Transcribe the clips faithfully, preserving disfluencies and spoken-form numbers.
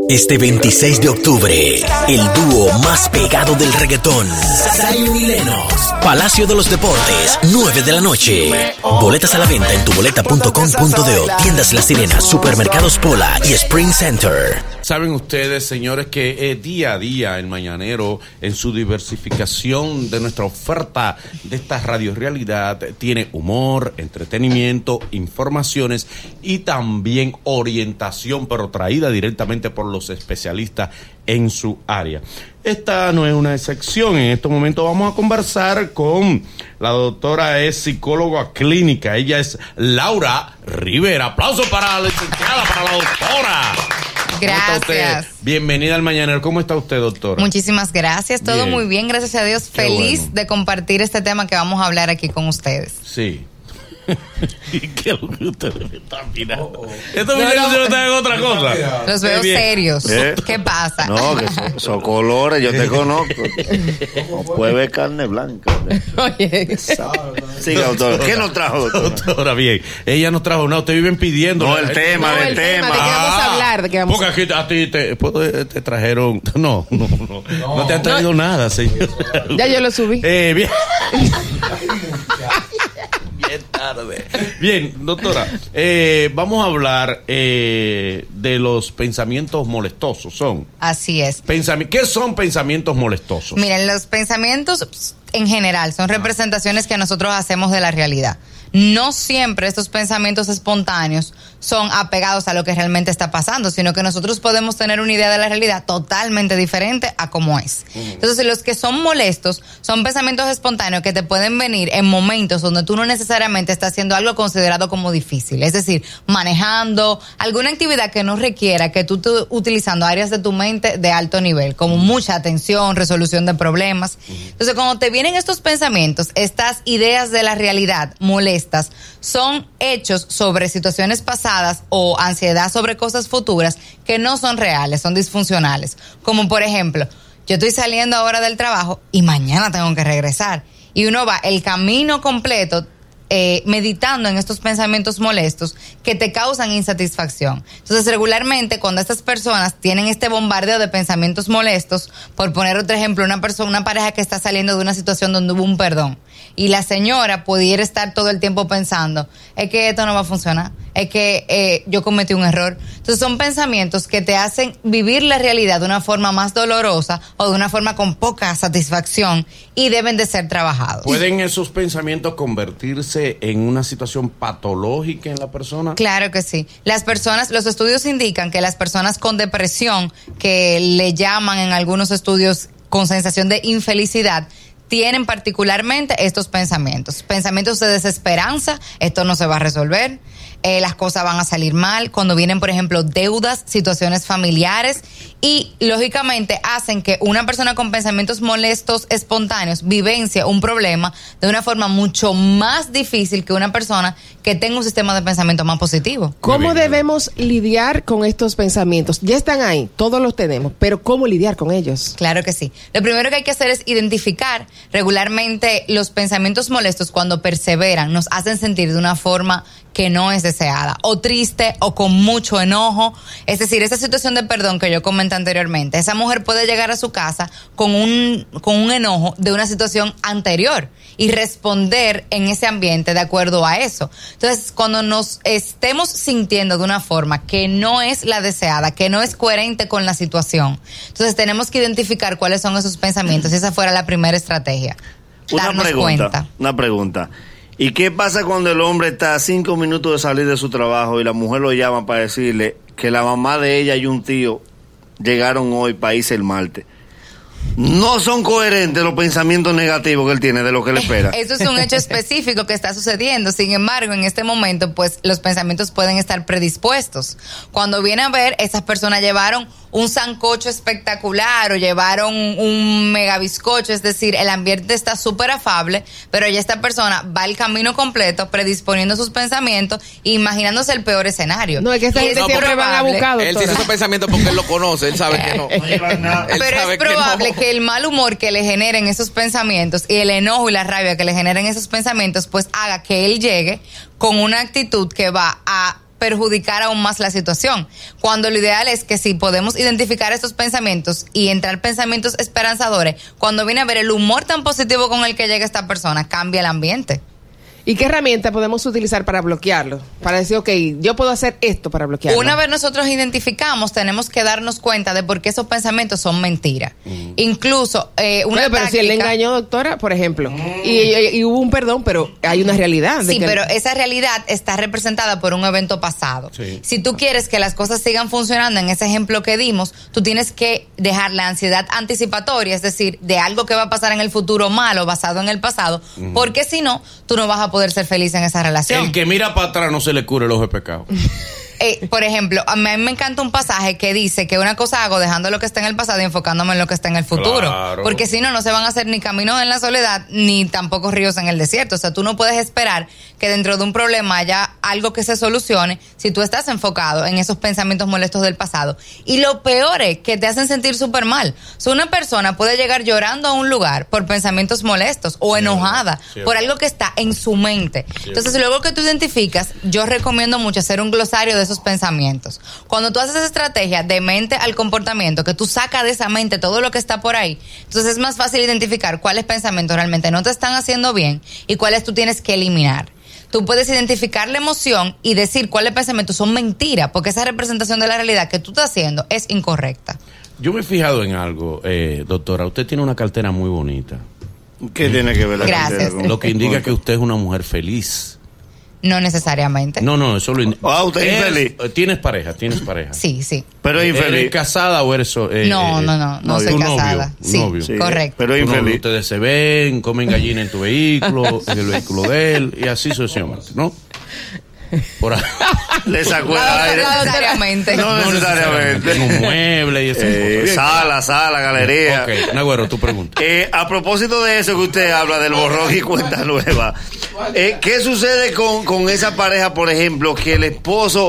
Este veintiséis de octubre, el dúo más pegado del reggaetón, Zion y Lennox, Palacio de los Deportes, nueve de la noche. Boletas a la venta en tuboleta punto com punto do, tiendas La Sirena, supermercados Pola y Spring Center. Saben ustedes, señores, que eh, día a día el Mañanero, en su diversificación de nuestra oferta de esta radiorrealidad, tiene humor, entretenimiento, informaciones y también orientación, pero traída directamente por los especialistas en su área. Esta no es una excepción. En este momento vamos a conversar con la doctora, es psicóloga clínica. Ella es Laura Rivera. Aplauso para la licenciada, para la doctora. Gracias. Bienvenida al Mañanero. ¿Cómo está usted, doctora? Muchísimas gracias. Todo bien. Muy bien, gracias a Dios. Qué Feliz bueno. de compartir este tema que vamos a hablar aquí con ustedes. Sí. ¿Qué es lo que ustedes me están mirando? Oh, oh. Estos muchachos no, no están en otra cosa. Los veo bien. serios. ¿Eh? ¿Qué pasa? No, que son, son colores, yo te conozco. No puede ver carne blanca. Oye. Sí, doctora. ¿Qué nos trajo, doctora? Doctora, bien. Ella nos trajo una. Ustedes viven pidiendo. No, el tema, no, el, el tema. tema. ¿De qué vamos a hablar? ¿De qué vamos Porque aquí a ti te, te, te trajeron. No, no, no. No, no te han traído no. nada, señor. Ya yo lo subí. Eh, bien. Bien tarde. Bien, doctora, eh, vamos a hablar eh, de los pensamientos molestosos. Son. Así es. Pensami- ¿Qué son pensamientos molestosos? Miren, los pensamientos en general son representaciones que nosotros hacemos de la realidad. No siempre estos pensamientos espontáneos son apegados a lo que realmente está pasando, sino que nosotros podemos tener una idea de la realidad totalmente diferente a cómo es. Uh-huh. Entonces, los que son molestos son pensamientos espontáneos que te pueden venir en momentos donde tú no necesariamente estás haciendo algo considerado como difícil. Es decir, manejando alguna actividad que no requiera que tú estés utilizando áreas de tu mente de alto nivel, como mucha atención, resolución de problemas. Uh-huh. Entonces, cuando te vienen estos pensamientos, estas ideas de la realidad molestas, son hechos sobre situaciones pasadas o ansiedad sobre cosas futuras que no son reales, son disfuncionales. Como por ejemplo, yo estoy saliendo ahora del trabajo y mañana tengo que regresar. Y uno va el camino completo eh, meditando en estos pensamientos molestos que te causan insatisfacción. Entonces, regularmente, cuando estas personas tienen este bombardeo de pensamientos molestos, por poner otro ejemplo, una persona, una pareja que está saliendo de una situación donde hubo un perdón, y la señora pudiera estar todo el tiempo pensando, es que esto no va a funcionar, es que eh, yo cometí un error. Entonces son pensamientos que te hacen vivir la realidad de una forma más dolorosa o de una forma con poca satisfacción y deben de ser trabajados. ¿Pueden esos pensamientos convertirse en una situación patológica en la persona? Claro que sí. Las personas, los estudios indican que las personas con depresión, que le llaman en algunos estudios con sensación de infelicidad, tienen particularmente estos pensamientos. Pensamientos de desesperanza, esto no se va a resolver, eh, las cosas van a salir mal, cuando vienen, por ejemplo, deudas, situaciones familiares, y lógicamente hacen que una persona con pensamientos molestos espontáneos vivencie un problema de una forma mucho más difícil que una persona que tenga un sistema de pensamiento más positivo. ¿Cómo debemos lidiar con estos pensamientos? Ya están ahí, todos los tenemos, pero ¿cómo lidiar con ellos? Claro que sí. Lo primero que hay que hacer es identificar regularmente los pensamientos molestos. Cuando perseveran, nos hacen sentir de una forma que no es deseada, o triste, o con mucho enojo. Es decir, esa situación de perdón que yo comenté anteriormente, esa mujer puede llegar a su casa con un, con un enojo de una situación anterior y responder en ese ambiente de acuerdo a eso. Entonces, cuando nos estemos sintiendo de una forma que no es la deseada, que no es coherente con la situación, entonces tenemos que identificar cuáles son esos pensamientos, y esa fuera la primera estrategia. Una darnos pregunta, cuenta. una pregunta. ¿Y qué pasa cuando el hombre está a cinco minutos de salir de su trabajo y la mujer lo llama para decirle que la mamá de ella y un tío llegaron hoy para irse el martes? No son coherentes los pensamientos negativos que él tiene de lo que le espera. Eso es un hecho específico que está sucediendo. Sin embargo, en este momento, pues los pensamientos pueden estar predispuestos. Cuando viene a ver, esas personas llevaron un sancocho espectacular o llevaron un mega bizcocho, es decir, el ambiente está súper afable, pero ya esta persona va el camino completo predisponiendo sus pensamientos e imaginándose el peor escenario. No, es que esta gente es siempre van a buscar, él tiene esos pensamientos porque él lo conoce, él sabe que no. Él pero sabe es probable que, no. que el mal humor que le generen esos pensamientos y el enojo y la rabia que le generen esos pensamientos, pues haga que él llegue con una actitud que va a perjudicar aún más la situación. Cuando lo ideal es que si podemos identificar estos pensamientos y entrar pensamientos esperanzadores, cuando viene a ver el humor tan positivo con el que llega esta persona, cambia el ambiente. ¿Y qué herramienta podemos utilizar para bloquearlo? Para decir, ok, yo puedo hacer esto para bloquearlo. Una vez nosotros identificamos, tenemos que darnos cuenta de por qué esos pensamientos son mentiras. Mm. Incluso, eh, una pero, pero táctica, si él le engañó, doctora, por ejemplo, mm. y, y, y hubo un perdón, pero hay una realidad. De sí, que pero esa realidad está representada por un evento pasado. Sí. Si tú quieres que las cosas sigan funcionando en ese ejemplo que dimos, tú tienes que dejar la ansiedad anticipatoria, es decir, de algo que va a pasar en el futuro malo basado en el pasado, mm. porque si no, tú no vas a poder ser feliz en esa relación. El que mira para atrás no se le cure el ojo de pecado. Eh, por ejemplo, a mí me encanta un pasaje que dice que una cosa hago dejando lo que está en el pasado y enfocándome en lo que está en el futuro. Claro. Porque si no, no se van a hacer ni caminos en la soledad, ni tampoco ríos en el desierto. O sea, tú no puedes esperar que dentro de un problema haya algo que se solucione si tú estás enfocado en esos pensamientos molestos del pasado. Y lo peor es que te hacen sentir súper mal. O sea, una persona puede llegar llorando a un lugar por pensamientos molestos o enojada sí, por algo que está en su mente. Sí, Entonces, luego que tú identificas, yo recomiendo mucho hacer un glosario de esos pensamientos. Cuando tú haces esa estrategia de mente al comportamiento, que tú sacas de esa mente todo lo que está por ahí, entonces es más fácil identificar cuáles pensamientos realmente no te están haciendo bien y cuáles tú tienes que eliminar. Tú puedes identificar la emoción y decir cuáles pensamientos son mentiras, porque esa representación de la realidad que tú estás haciendo es incorrecta. Yo me he fijado en algo, eh, doctora. Usted tiene una cartera muy bonita. ¿Qué tiene que ver la Gracias. cartera con- Lo que indica que usted es una mujer feliz. No necesariamente. No, no, eso lo indica. Ah, usted es infeliz. ¿Tienes pareja? ¿Tienes pareja? Sí, sí. Pero es infeliz. ¿Eres casada o eres...? eh, no, eh, no, no, no novio. soy Tu casada. novio, un Sí, novio. Sí, correcto. pero es Tu novio, infeliz. ustedes se ven, comen gallina en tu vehículo, en el vehículo de él, y así sucesivamente, ¿no? Por ahí. Le sacó el No aire. necesariamente. No necesariamente. En un mueble y ese Eh, tipo de cosas. sala, sala, galería. Ok, Nagüero, tu pregunta. Eh, a propósito de eso que usted habla, del borrón y cuenta nueva, eh, ¿qué sucede con, con esa pareja, por ejemplo, que el esposo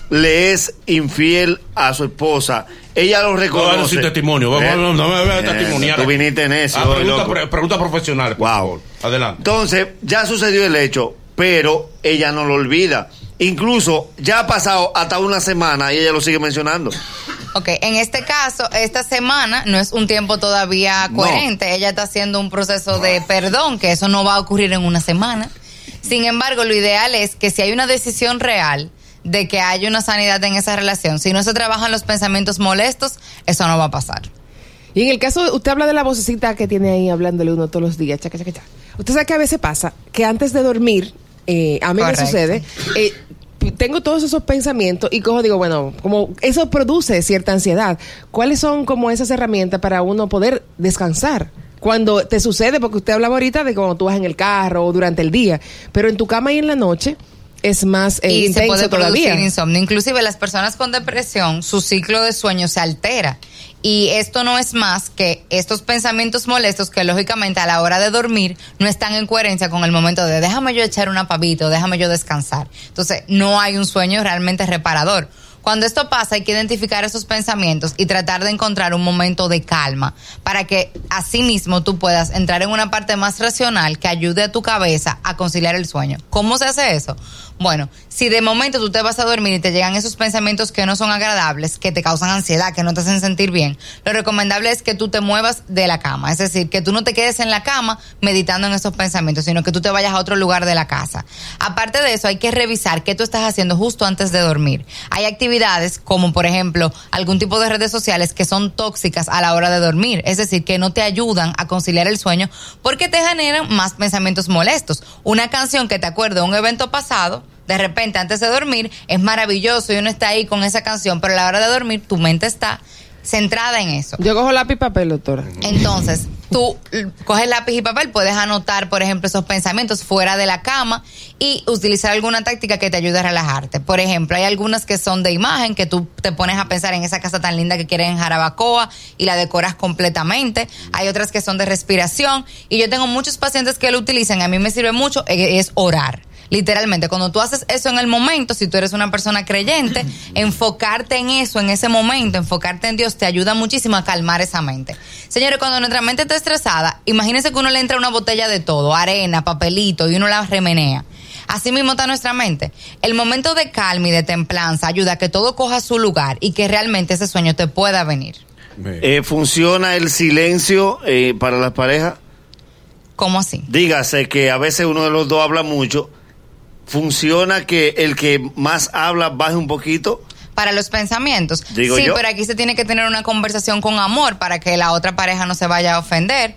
le es infiel a su esposa? Ella lo Vamos a reconoce. dar sin testimonio. Vamos, Eh, no, no me voy a eh, testimoniar. Tú viniste en eso. Ah, hoy, pregunta, loco. pre- pregunta profesional, por Wow. favor. Adelante. Entonces, ya sucedió el hecho, pero ella no lo olvida. Incluso ya ha pasado hasta una semana y ella lo sigue mencionando. Ok, en este caso, esta semana no es un tiempo todavía No. coherente. Ella está haciendo un proceso de perdón, que eso no va a ocurrir en una semana. Sin embargo, lo ideal es que si hay una decisión real de que haya una sanidad en esa relación, si no se trabajan los pensamientos molestos, eso no va a pasar. Y en el caso, usted habla de la vocecita que tiene ahí hablándole uno todos los días, chaca, chaca, chaca. Usted sabe que a veces pasa que antes de dormir, eh, a mí Correcto. me sucede, eh, tengo todos esos pensamientos y cojo, digo, bueno, como eso produce cierta ansiedad. ¿Cuáles son como esas herramientas para uno poder descansar? Cuando te sucede, porque usted hablaba ahorita de cuando tú vas en el carro o durante el día, pero en tu cama y en la noche es más eh, Y se intenso puede todavía. producir insomnio. Inclusive las personas con depresión, su ciclo de sueño se altera. Y esto no es más que estos pensamientos molestos que lógicamente a la hora de dormir no están en coherencia con el momento de déjame yo echar una pavita o déjame yo descansar. Entonces no hay un sueño realmente reparador. Cuando esto pasa hay que identificar esos pensamientos y tratar de encontrar un momento de calma para que así mismo tú puedas entrar en una parte más racional que ayude a tu cabeza a conciliar el sueño. ¿Cómo se hace eso? Bueno, si de momento tú te vas a dormir y te llegan esos pensamientos que no son agradables, que te causan ansiedad, que no te hacen sentir bien, lo recomendable es que tú te muevas de la cama. Es decir, que tú no te quedes en la cama meditando en esos pensamientos, sino que tú te vayas a otro lugar de la casa. Aparte de eso, hay que revisar qué tú estás haciendo justo antes de dormir. Hay actividades como, por ejemplo, algún tipo de redes sociales que son tóxicas a la hora de dormir. Es decir, que no te ayudan a conciliar el sueño porque te generan más pensamientos molestos. Una canción que te acuerde de un evento pasado, de repente antes de dormir, es maravilloso y uno está ahí con esa canción, pero a la hora de dormir tu mente está centrada en eso. Yo cojo lápiz y papel, doctora. Entonces, tú coges lápiz y papel, puedes anotar, por ejemplo, esos pensamientos fuera de la cama y utilizar alguna táctica que te ayude a relajarte. Por ejemplo, hay algunas que son de imagen, que tú te pones a pensar en esa casa tan linda que quieres en Jarabacoa y la decoras completamente. Hay otras que son de respiración y yo tengo muchos pacientes que lo utilizan, a mí me sirve mucho, es orar. Literalmente, cuando tú haces eso en el momento, si tú eres una persona creyente, enfocarte en eso, en ese momento, enfocarte en Dios, te ayuda muchísimo a calmar esa mente. Señores, cuando nuestra mente está estresada, imagínense que uno le entra una botella de todo, arena, papelito, y uno la remenea. Así mismo está nuestra mente. El momento de calma y de templanza ayuda a que todo coja su lugar y que realmente ese sueño te pueda venir. Eh, ¿Funciona el silencio eh, para las parejas? ¿Cómo así? Dígase que a veces uno de los dos habla mucho. ¿Funciona que el que más habla baje un poquito? Para los pensamientos. Digo sí, yo. pero aquí se tiene que tener una conversación con amor para que la otra pareja no se vaya a ofender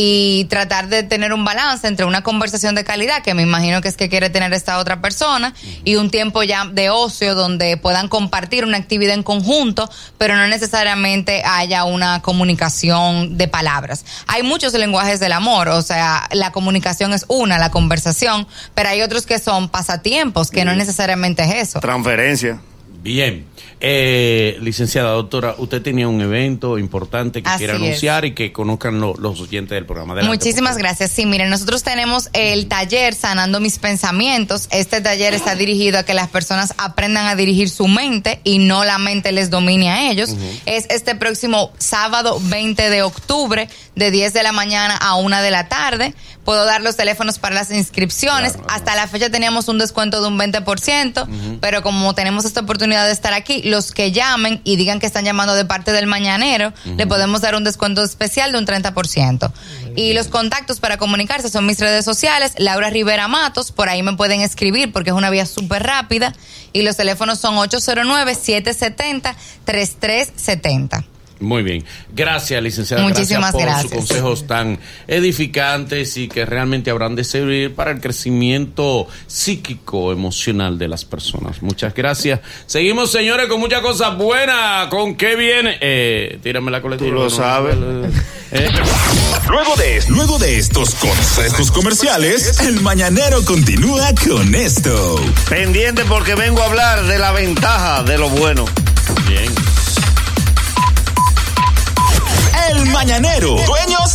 y tratar de tener un balance entre una conversación de calidad, que me imagino que es que quiere tener esta otra persona, y un tiempo ya de ocio donde puedan compartir una actividad en conjunto, pero no necesariamente haya una comunicación de palabras. Hay muchos lenguajes del amor, o sea, la comunicación es una, la conversación, pero hay otros que son pasatiempos, que no necesariamente es eso. Transferencia. Bien. Eh, licenciada, doctora, usted tenía un evento importante que Así quiere anunciar y que conozcan lo, los oyentes del programa. Adelante, Muchísimas gracias. Sí, miren, nosotros tenemos el taller Sanando Mis Pensamientos. Este taller está dirigido a que las personas aprendan a dirigir su mente y no la mente les domine a ellos. Uh-huh. Es este próximo sábado veinte de octubre de diez de la mañana a una de la tarde. Puedo dar los teléfonos para las inscripciones. Claro, Hasta la fecha teníamos un descuento de un veinte por ciento, uh-huh. pero como tenemos esta oportunidad de estar aquí, los que llamen y digan que están llamando de parte del Mañanero, uh-huh. le podemos dar un descuento especial de un treinta por ciento. Uh-huh. Y los contactos para comunicarse son mis redes sociales, Laura Rivera Matos, por ahí me pueden escribir porque es una vía súper rápida, y los teléfonos son ocho cero nueve, siete siete cero, tres tres siete cero. Muy bien. Gracias, licenciada. Muchísimas gracias por gracias. sus consejos tan edificantes y que realmente habrán de servir para el crecimiento psíquico, emocional de las personas. Muchas gracias. Seguimos, señores, con muchas cosas buenas. ¿Con qué viene? Eh, tírame la colectiva. Tú lo sabes. Eh. Luego de, luego de estos consejos comerciales, el Mañanero continúa con esto. Pendiente porque vengo a hablar de la ventaja de lo bueno. Bien. El Mañanero, dueños